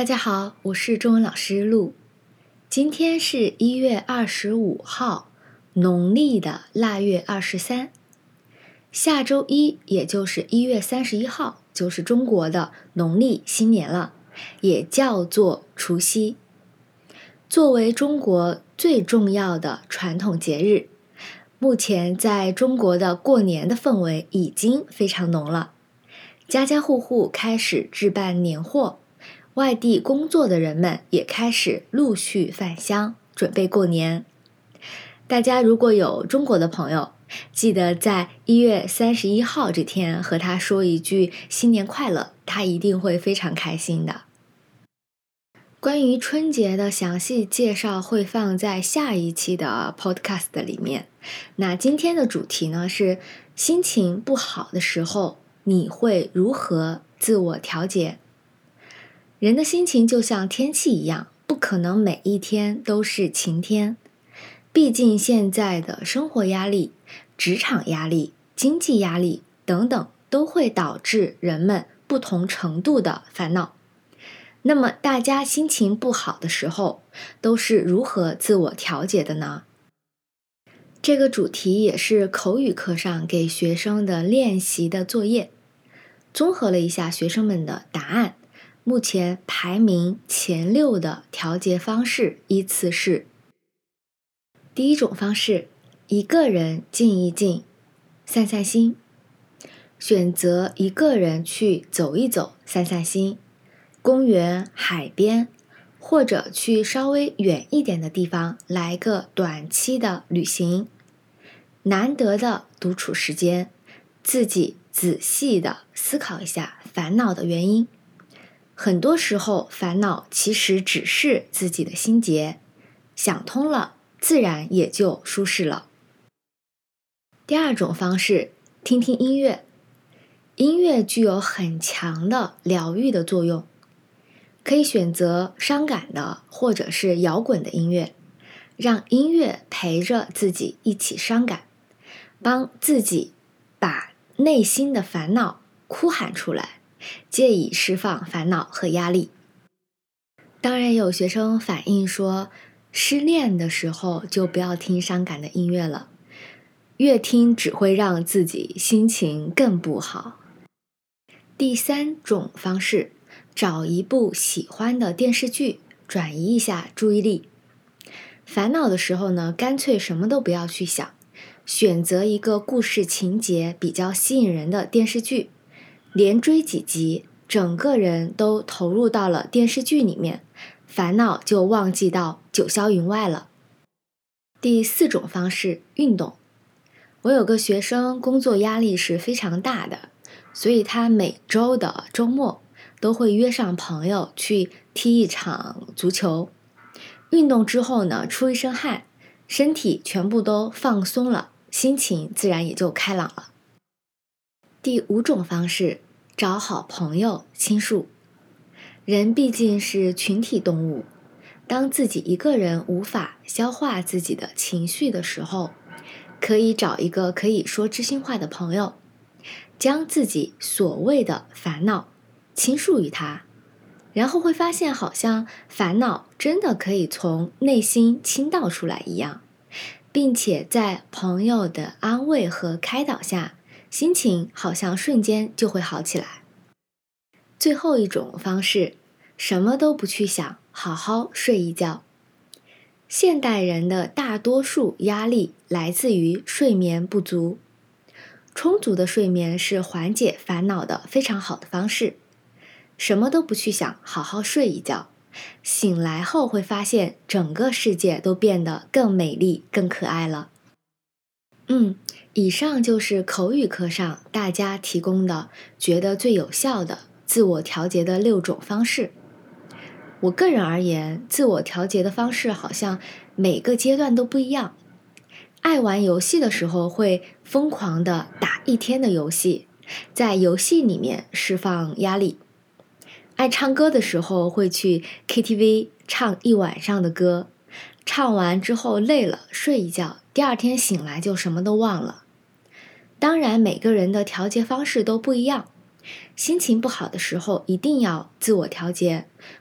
大家好，我是中文老师陆。今天是1月25号，农历的腊月23。下周一，也就是1月31号，就是中国的农历新年了，也叫做除夕。作为中国最重要的传统节日，目前在中国的过年的氛围已经非常浓了，家家户户开始置办年货。外地工作的人们也开始陆续返乡，准备过年。大家如果有中国的朋友，记得在1月31号这天和他说一句新年快乐，他一定会非常开心的。关于春节的详细介绍会放在下一期的 podcast 里面。那今天的主题呢是心情不好的时候，你会如何自我调节？人的心情就像天气一样，不可能每一天都是晴天。毕竟现在的生活压力、职场压力、经济压力等等，都会导致人们不同程度的烦恼。那么大家心情不好的时候，都是如何自我调节的呢？这个主题也是口语课上给学生的练习的作业。综合了一下学生们的答案，目前排名前6的调节方式依次是：第一种方式，一个人静一静，散散心，选择一个人去走一走，散散心，公园、海边，或者去稍微远一点的地方来个短期的旅行，难得的独处时间，自己仔细的思考一下烦恼的原因。很多时候烦恼其实只是自己的心结，想通了自然也就舒适了。第二种方式，听听音乐。音乐具有很强的疗愈的作用，可以选择伤感的或者是摇滚的音乐，让音乐陪着自己一起伤感，帮自己把内心的烦恼哭喊出来，借以释放烦恼和压力。当然有学生反映说，失恋的时候就不要听伤感的音乐了，越听只会让自己心情更不好。第三种方式，找一部喜欢的电视剧，转移一下注意力。烦恼的时候呢，干脆什么都不要去想，选择一个故事情节比较吸引人的电视剧，连追几集，整个人都投入到了电视剧里面，烦恼就忘记到九霄云外了。第四种方式，运动。我有个学生工作压力是非常大的，所以他每周的周末都会约上朋友去踢一场足球。运动之后呢，出一身汗，身体全部都放松了，心情自然也就开朗了。第五种方式，找好朋友倾诉。人毕竟是群体动物，当自己一个人无法消化自己的情绪的时候，可以找一个可以说知心话的朋友，将自己所谓的烦恼倾诉于他，然后会发现好像烦恼真的可以从内心倾倒出来一样，并且在朋友的安慰和开导下，心情好像瞬间就会好起来。最后一种方式，什么都不去想，好好睡一觉。现代人的大多数压力来自于睡眠不足，充足的睡眠是缓解烦恼的非常好的方式。什么都不去想，好好睡一觉，醒来后会发现整个世界都变得更美丽、更可爱了。以上就是口语课上大家提供的觉得最有效的自我调节的6种方式。我个人而言，自我调节的方式好像每个阶段都不一样。爱玩游戏的时候会疯狂地打1天的游戏，在游戏里面释放压力。爱唱歌的时候会去 KTV 唱1晚上的歌，唱完之后累了睡一觉，第2天醒来就什么都忘了。当然每个人的调节方式都不一样，心情不好的时候一定要自我调节，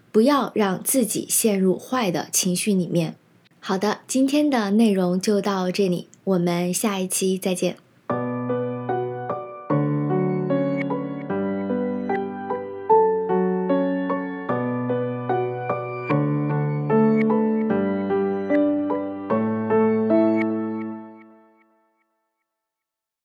不要让自己陷入坏的情绪里面。好的，今天的内容就到这里，我们下一期再见。